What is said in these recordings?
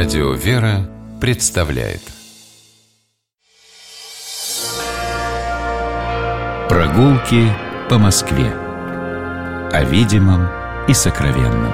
Радио «Вера» представляет Прогулки по Москве. О видимом и сокровенном.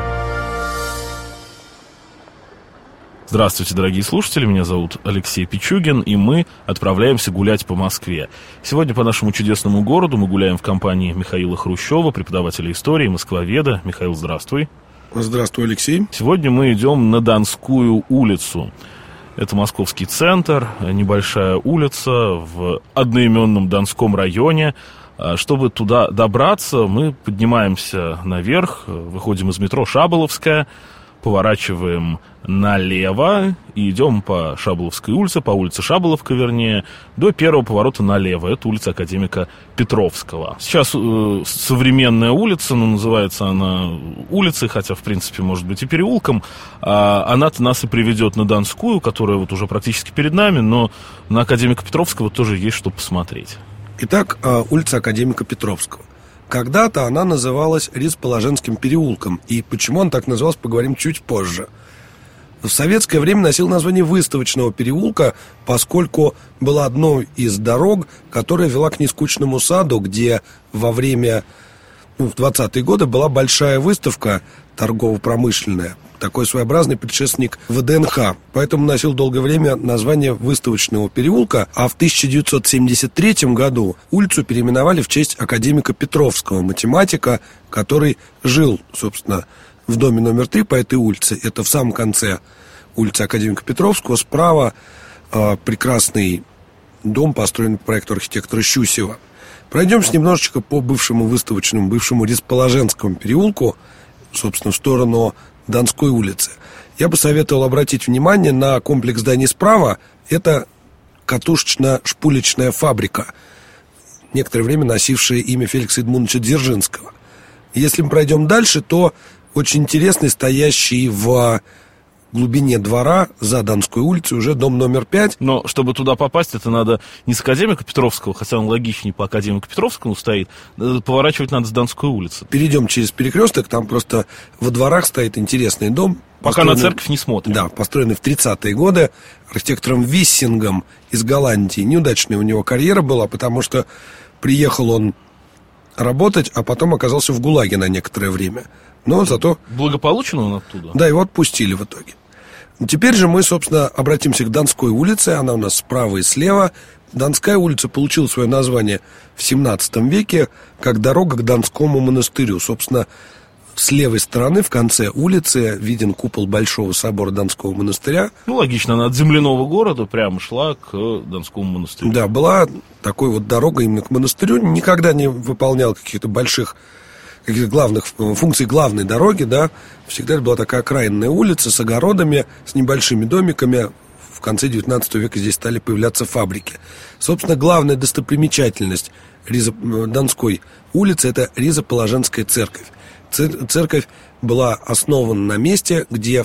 Здравствуйте, дорогие слушатели, меня зовут Алексей Пичугин, и мы отправляемся гулять по Москве. Сегодня по нашему чудесному городу мы гуляем в компании Михаила Хрущева, преподавателя истории, москвоведа. Михаил, здравствуй. Здравствуй, Алексей. Сегодня мы идем на Донскую улицу. Это московский центр, небольшая улица в одноименном Донском районе. Чтобы туда добраться, мы поднимаемся наверх, выходим из метро Шаболовская, поворачиваем налево и идем по Шаболовской улице, по улице Шаболовка, вернее, до первого поворота налево. Это улица Академика Петровского. Сейчас современная улица, но называется она улицей, хотя, в принципе, может быть и переулком. Она-то нас и приведет на Донскую, которая вот уже практически перед нами, но на Академика Петровского тоже есть что посмотреть. Итак, улица Академика Петровского. Когда-то она называлась Ризположенским переулком. И почему она так называлась, поговорим чуть позже. В советское время носил название Выставочного переулка, поскольку была одной из дорог, которая вела к Нескучному саду, где во время, в 20-е годы была большая выставка торгово-промышленная. Такой своеобразный предшественник ВДНХ. Поэтому носил долгое время название Выставочного переулка. А в 1973 году улицу переименовали в честь академика Петровского, математика, который жил, собственно, в доме номер 3 по этой улице. Это в самом конце улицы академика Петровского. Справа прекрасный дом, построенный по проекту архитектора Щусева. Пройдемся немножечко по бывшему выставочному, бывшему Ризположенскому переулку, собственно, в сторону Донской улицы. Я бы советовал обратить внимание на комплекс зданий справа. Это катушечно-шпулечная фабрика, некоторое время носившая имя Феликса Эдмундовича Дзержинского. Если мы пройдем дальше, то очень интересный, стоящий в глубине двора за Донской улицей уже дом номер 5. Но чтобы туда попасть, это надо не с Академика Петровского, хотя он логичнее по Академику Петровскому стоит, поворачивать надо с Донской улицы. Перейдем через перекресток, там просто во дворах стоит интересный дом. Пока на церковь не смотрим. Да, построенный в 30-е годы архитектором Виссингом из Голландии. Неудачная у него карьера была, потому что приехал он работать, а потом оказался в ГУЛАГе на некоторое время. Но зато... Благополучно он оттуда? Да, его отпустили в итоге. Теперь же мы, собственно, обратимся к Донской улице. Она у нас справа и слева. Донская улица получила свое название в 17 веке как дорога к Донскому монастырю. Собственно, с левой стороны в конце улицы виден купол Большого собора Донского монастыря. Ну, логично, она от земляного города прямо шла к Донскому монастырю. Да, была такой вот дорога именно к монастырю. Никогда не выполнял каких-то больших, каких-то главных функций главной дороги, да. Всегда это была такая окраинная улица с огородами, с небольшими домиками. В конце 19 века здесь стали появляться фабрики. Собственно, главная достопримечательность Донской улицы – это Ризоположенская церковь. Церковь была основана на месте, где в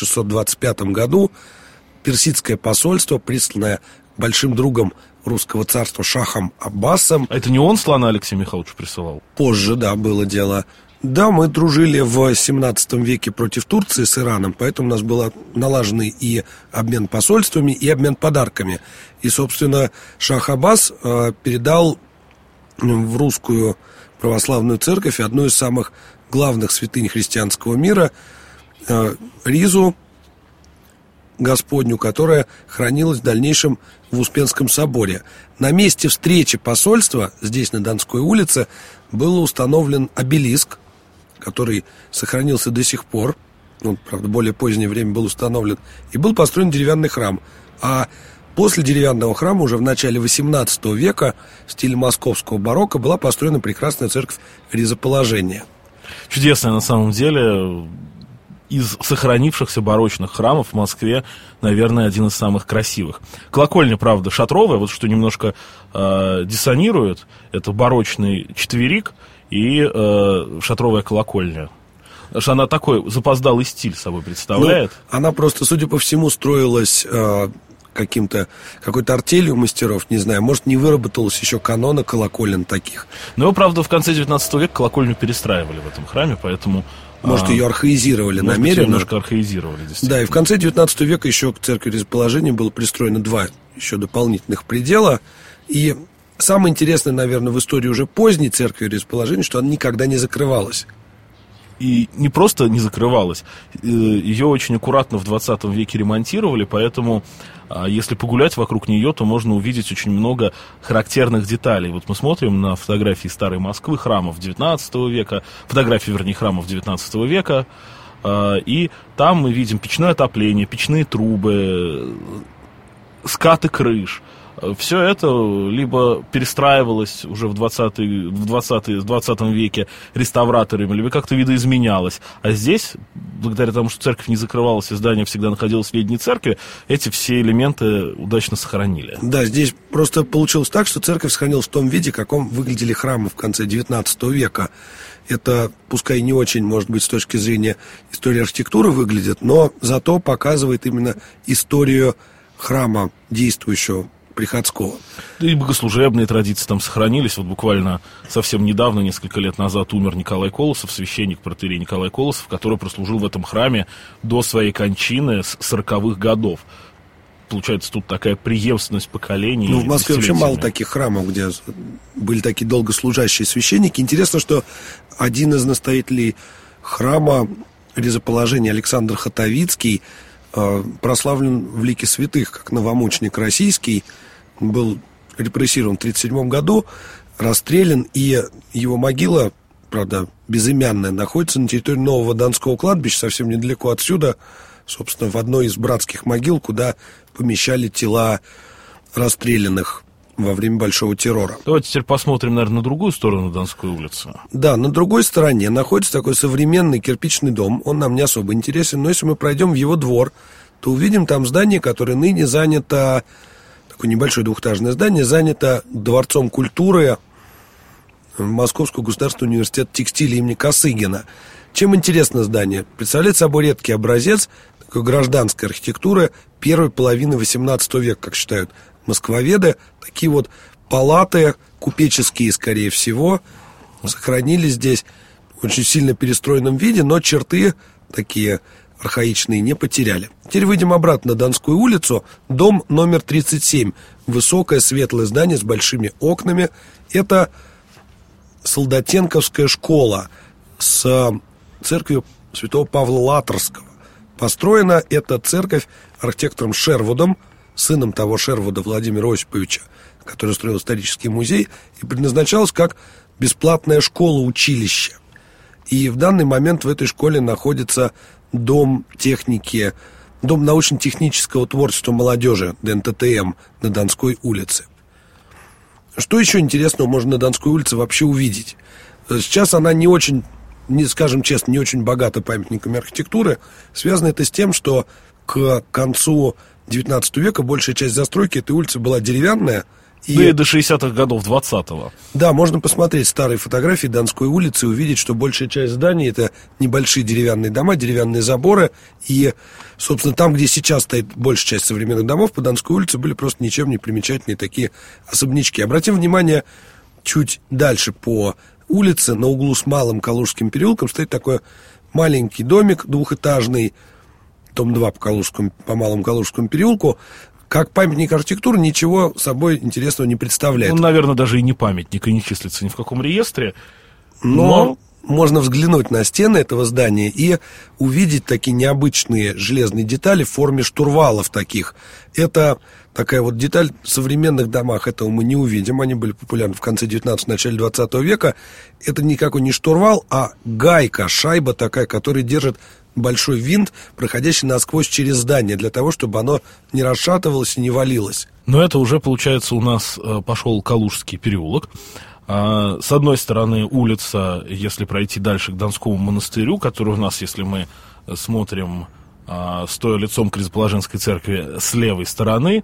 1625 году персидское посольство, присланное большим другом русского царства Шахом Аббасом... А это не он слона Алексею Михайловичу присылал? Позже, да, было дело. Да, мы дружили в 17 веке против Турции с Ираном, поэтому у нас был налажен и обмен посольствами, и обмен подарками. И, собственно, Шах Аббас передал в русскую православную церковь одну из самых главных святынь христианского мира, Ризу Господню, которая хранилась в дальнейшем в Успенском соборе. На месте встречи посольства, здесь на Донской улице, был установлен обелиск, который сохранился до сих пор. Он, правда, в более позднее время был установлен. И был построен деревянный храм. А после деревянного храма уже в начале XVIII века в стиле московского барокко была построена прекрасная церковь Ризоположения. Чудесная на самом деле. Из сохранившихся барочных храмов в Москве, наверное, один из самых красивых. Колокольня, правда, шатровая, вот что немножко диссонирует. Это барочный четверик и шатровая колокольня. Потому что она такой запоздалый стиль собой представляет. Ну, она просто, судя по всему, строилась какой-то артелью мастеров, не знаю, может, не выработалось еще канона колоколен таких. Но, правда, в конце 19 века колокольню перестраивали в этом храме, поэтому Может, ее архаизировали намеренно. Может быть, немножко архаизировали, действительно. Да, и в конце 19 века еще к церкви Ризоположения было пристроено 2 еще дополнительных предела. И самое интересное, наверное, в истории уже поздней церкви Ризоположения, что она никогда не закрывалась. И не просто не закрывалась, ее очень аккуратно в 20 веке ремонтировали, поэтому если погулять вокруг нее, то можно увидеть очень много характерных деталей. Вот мы смотрим на фотографии старой Москвы, храмов 19 века, фотографии, вернее, храмов 19 века, и там мы видим печное отопление, печные трубы, скаты крыш. Все это либо перестраивалось уже в 20 веке реставраторами, либо как-то видоизменялось. А здесь, благодаря тому, что церковь не закрывалась и здание всегда находилось в ведении церкви, эти все элементы удачно сохранили. Да, здесь просто получилось так, что церковь сохранилась в том виде, каком выглядели храмы в конце 19 века. Это, пускай не очень, может быть, с точки зрения истории архитектуры выглядит, но зато показывает именно историю храма действующего приходского. И богослужебные традиции там сохранились. Вот буквально совсем недавно, несколько лет назад, умер Николай Колосов, священник протоиерей Николай Колосов, который прослужил в этом храме до своей кончины с 40-х годов. Получается, тут такая преемственность поколений. Ну, в Москве вообще мало таких храмов, где были такие долгослужащие священники. Интересно, что один из настоятелей храма Ризоположения, Александр Хатовицкий, прославлен в лике святых как новомученик российский, был репрессирован в 1937 году, расстрелян, и его могила, правда, безымянная, находится на территории Нового Донского кладбища, совсем недалеко отсюда, собственно, в одной из братских могил, куда помещали тела расстрелянных во время Большого террора. Давайте теперь посмотрим, наверное, на другую сторону Донской улицы. Да, на другой стороне находится такой современный кирпичный дом. Он нам не особо интересен, но если мы пройдем в его двор, то увидим там здание, которое ныне занято, такое небольшое двухэтажное здание, занято Дворцом культуры Московского государственного университета текстиля имени Косыгина. Чем интересно здание? Представляет собой редкий образец такой гражданской архитектуры первой половины XVIII века, как считают москвоведы. Такие вот палаты купеческие, скорее всего, сохранились здесь в очень сильно перестроенном виде, но черты такие архаичные не потеряли. Теперь выйдем обратно на Донскую улицу. Дом номер 37. Высокое светлое здание с большими окнами. Это Солдатенковская школа с церковью святого Павла Латерского. Построена эта церковь архитектором Шервудом, сыном того Шервуда Владимира Осиповича, который строил исторический музей, и предназначалась как бесплатная школа-училище. И в данный момент в этой школе находится дом техники, дом научно-технического творчества молодежи, ДНТТМ, на Донской улице. Что еще интересного можно на Донской улице вообще увидеть? Сейчас она не очень, скажем честно, не очень богата памятниками архитектуры. Связано это с тем, что к концу XIX века большая часть застройки этой улицы была деревянная. И до 60-х годов 20-го. Да, можно посмотреть старые фотографии Донской улицы и увидеть, что большая часть зданий — это небольшие деревянные дома, деревянные заборы. И, собственно, там, где сейчас стоит большая часть современных домов, по Донской улице были просто ничем не примечательные такие особнячки. Обратим внимание, чуть дальше по улице, на углу с Малым Калужским переулком, стоит такой маленький домик двухэтажный, дом 2 по Малому Калужскому переулку. Как памятник архитектуры ничего собой интересного не представляет. Он, наверное, даже и не памятник, и не числится ни в каком реестре. Но можно взглянуть на стены этого здания и увидеть такие необычные железные детали в форме штурвалов таких. Это такая вот деталь в современных домах, этого мы не увидим. Они были популярны в конце 19-го, начале 20 века. Это никакой не штурвал, а гайка, шайба такая, которая держит большой винт, проходящий насквозь через здание, для того, чтобы оно не расшатывалось и не валилось. Но это уже, получается, у нас пошел Калужский переулок. С одной стороны улица, если пройти дальше к Донскому монастырю, который у нас, если мы смотрим, стоя лицом к Ризоположенской церкви, с левой стороны,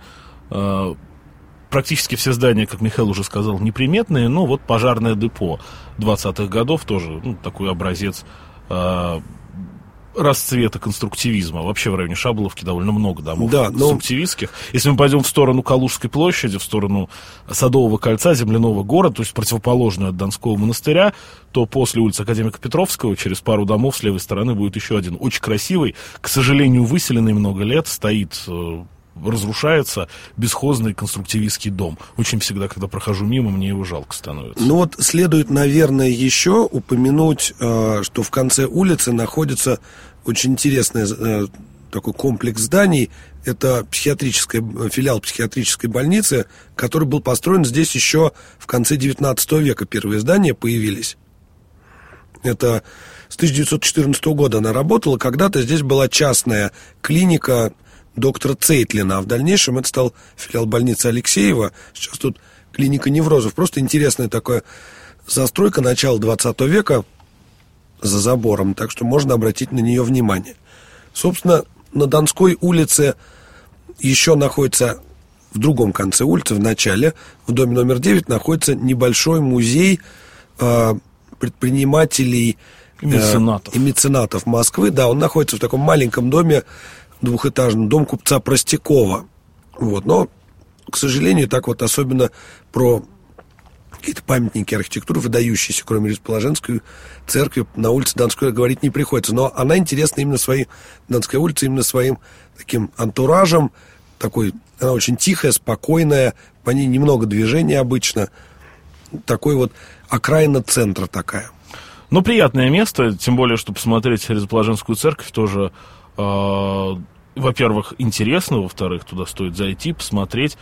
практически все здания, как Михаил уже сказал, неприметные, но вот пожарное депо 20-х годов тоже, такой образец расцвета конструктивизма. Вообще в районе Шаболовки довольно много домов конструктивистских. Если мы пойдем в сторону Калужской площади, в сторону Садового кольца, Земляного города, то есть противоположную от Донского монастыря, то после улицы Академика Петровского через пару домов с левой стороны будет еще один очень красивый, к сожалению, выселенный много лет, стоит, разрушается бесхозный конструктивистский дом. Очень всегда, когда прохожу мимо, мне его жалко становится. Ну вот следует, наверное, еще упомянуть, что в конце улицы находится очень интересный такой комплекс зданий. Это филиал психиатрической больницы, который был построен здесь еще в конце 19 века. Первые здания появились. Это с 1914 года она работала. Когда-то здесь была частная клиника доктора Цейтлина, а в дальнейшем это стал филиал больницы Алексеева. Сейчас тут клиника неврозов. Просто интересная такая застройка начала 20 века за забором, так что можно обратить на нее внимание. Собственно, на Донской улице еще находится, в другом конце улицы, в начале, в доме номер 9, находится небольшой музей предпринимателей и меценатов Москвы. Да, он находится в таком маленьком доме, двухэтажный дом купца Простякова. Вот. Но, к сожалению, так вот особенно про какие-то памятники архитектуры, выдающиеся, кроме Ризположенской церкви, на улице Донской говорить не приходится. Но она интересна именно своей, Донская улица, именно своим таким антуражем. Такой, она очень тихая, спокойная, по ней немного движения обычно. Такой вот окраина центра такая. Ну, приятное место, тем более, что посмотреть Ризположенскую церковь тоже... во-первых, интересно, во-вторых, туда стоит зайти, посмотреть,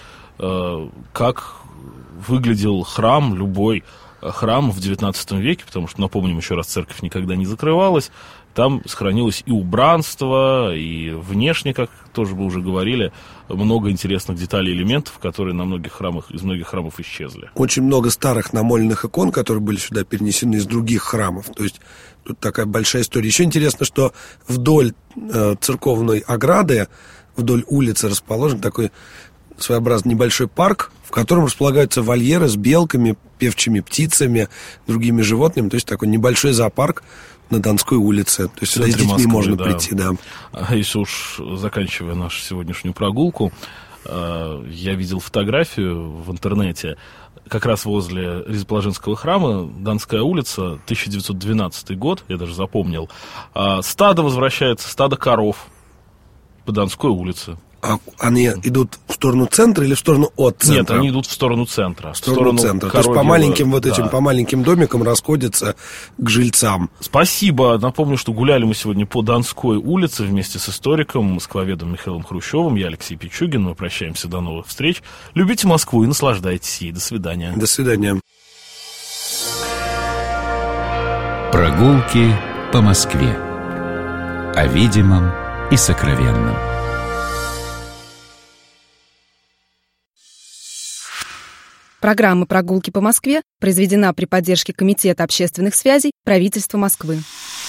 как выглядел храм, любой храм в XIX веке, потому что, напомним еще раз, церковь никогда не закрывалась, там сохранилось и убранство, и внешне, как тоже вы уже говорили, много интересных деталей и элементов, которые на многих храмах, из многих храмов исчезли. Очень много старых намоленных икон, которые были сюда перенесены из других храмов, то есть тут такая большая история. Еще интересно, что вдоль церковной ограды, вдоль улицы расположен такой своеобразный небольшой парк, в котором располагаются вольеры с белками, певчими птицами, другими животными. То есть такой небольшой зоопарк на Донской улице. То есть сюда с детьми Москвы, можно прийти, да. А если уж заканчивая нашу сегодняшнюю прогулку, я видел фотографию в интернете, как раз возле Ризположенского храма, Донская улица, 1912 год, я даже запомнил. Стадо возвращается, стадо коров по Донской улице. А они идут в сторону центра или в сторону от центра? Нет, они идут в сторону центра. В сторону центра. То есть по маленьким по маленьким домикам расходятся к жильцам. Спасибо. Напомню, что гуляли мы сегодня по Донской улице вместе с историком, москвоведом Михаилом Хрущевым. Я Алексей Пичугин. Мы прощаемся. До новых встреч. Любите Москву и наслаждайтесь ей. До свидания. До свидания. Прогулки по Москве. О видимом и сокровенном. Программа «Прогулки по Москве» произведена при поддержке Комитета общественных связей правительства Москвы.